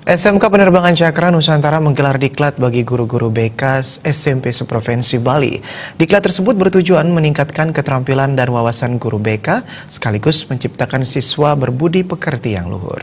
SMK Penerbangan Cakra Nusantara menggelar diklat bagi guru-guru BK SMP seprovinsi Bali. Diklat tersebut bertujuan meningkatkan keterampilan dan wawasan guru BK sekaligus menciptakan siswa berbudi pekerti yang luhur.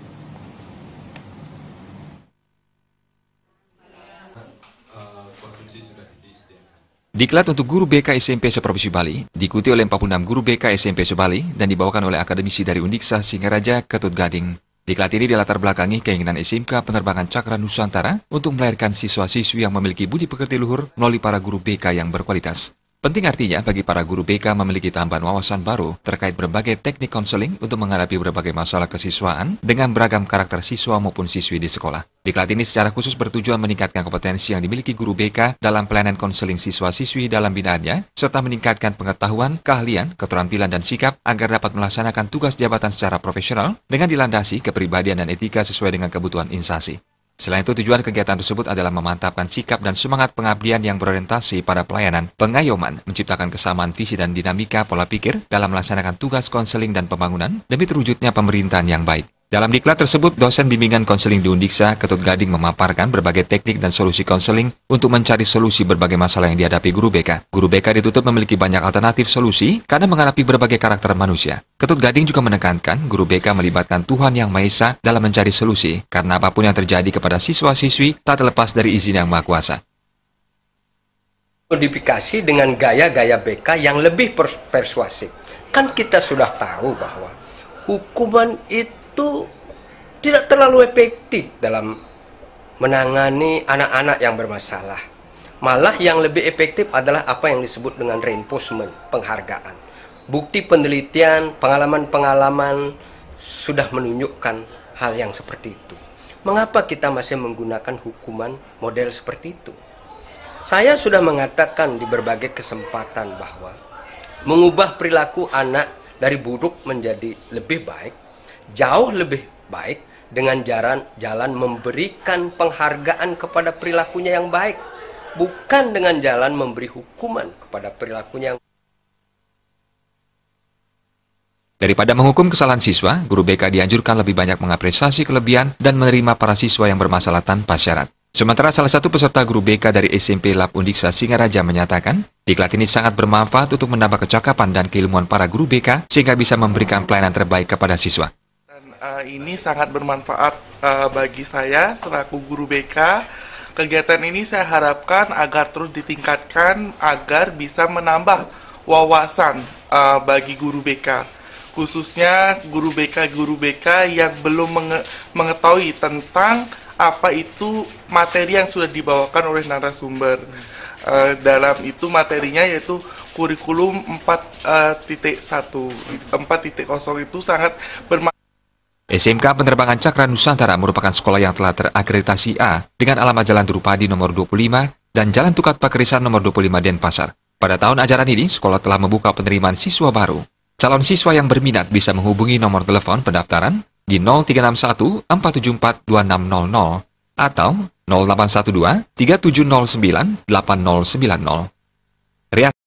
Diklat untuk guru BK SMP seprovinsi Bali diikuti oleh 46 guru BK SMP se-Bali dan dibawakan oleh akademisi dari Uniksa Singaraja, Ketut Gading. Diklat ini dilatar belakangi keinginan SMK Penerbangan Cakra Nusantara untuk melahirkan siswa-siswi yang memiliki budi pekerti luhur melalui para guru BK yang berkualitas. Penting artinya bagi para guru BK memiliki tambahan wawasan baru terkait berbagai teknik konseling untuk menghadapi berbagai masalah kesiswaan dengan beragam karakter siswa maupun siswi di sekolah. Diklat ini secara khusus bertujuan meningkatkan kompetensi yang dimiliki guru BK dalam pelayanan konseling siswa-siswi dalam binaannya, serta meningkatkan pengetahuan, keahlian, keterampilan, dan sikap agar dapat melaksanakan tugas jabatan secara profesional dengan dilandasi kepribadian dan etika sesuai dengan kebutuhan instansi. Selain itu, tujuan kegiatan tersebut adalah memantapkan sikap dan semangat pengabdian yang berorientasi pada pelayanan, pengayoman, menciptakan kesamaan visi dan dinamika pola pikir dalam melaksanakan tugas konseling dan pembangunan demi terwujudnya pemerintahan yang baik. Dalam diklat tersebut, dosen bimbingan konseling di Undiksa, Ketut Gading memaparkan berbagai teknik dan solusi konseling untuk mencari solusi berbagai masalah yang dihadapi guru BK. Guru BK dituntut memiliki banyak alternatif solusi karena menghadapi berbagai karakter manusia. Ketut Gading juga menekankan guru BK melibatkan Tuhan Yang Maha Esa dalam mencari solusi karena apapun yang terjadi kepada siswa-siswi tak terlepas dari izin Yang Maha Kuasa. Modifikasi dengan gaya-gaya BK yang lebih persuasif. Kan kita sudah tahu bahwa hukuman itu tidak terlalu efektif dalam menangani anak-anak yang bermasalah. Malah yang lebih efektif adalah apa yang disebut dengan reinforcement, penghargaan. Bukti penelitian, pengalaman-pengalaman sudah menunjukkan hal yang seperti itu. Mengapa kita masih menggunakan hukuman model seperti itu? Saya sudah mengatakan di berbagai kesempatan bahwa mengubah perilaku anak dari buruk menjadi lebih baik, jauh lebih baik dengan jalan memberikan penghargaan kepada perilakunya yang baik, bukan dengan jalan memberi hukuman kepada perilakunya yang. Daripada menghukum kesalahan siswa, guru BK dianjurkan lebih banyak mengapresiasi kelebihan dan menerima para siswa yang bermasalah tanpa syarat. Sementara salah satu peserta guru BK dari SMP Lab Undiksa Singaraja menyatakan, diklat ini sangat bermanfaat untuk menambah kecakapan dan keilmuan para guru BK sehingga bisa memberikan pelayanan terbaik kepada siswa. Ini sangat bermanfaat bagi saya selaku guru BK. Kegiatan ini saya harapkan agar terus ditingkatkan agar bisa menambah wawasan bagi guru BK. Khususnya guru BK yang belum mengetahui tentang apa itu materi yang sudah dibawakan oleh narasumber. Dalam itu materinya yaitu kurikulum 4.1, 4.0 itu sangat bermanfaat. SMK Penerbangan Cakra Nusantara merupakan sekolah yang telah terakreditasi A dengan alamat Jalan Drupadi nomor 25 dan Jalan Tukat Pakerisan nomor 25 Denpasar. Pada tahun ajaran ini, sekolah telah membuka penerimaan siswa baru. Calon siswa yang berminat bisa menghubungi nomor telepon pendaftaran di 0361 474 2600 atau 0812 3709 8090.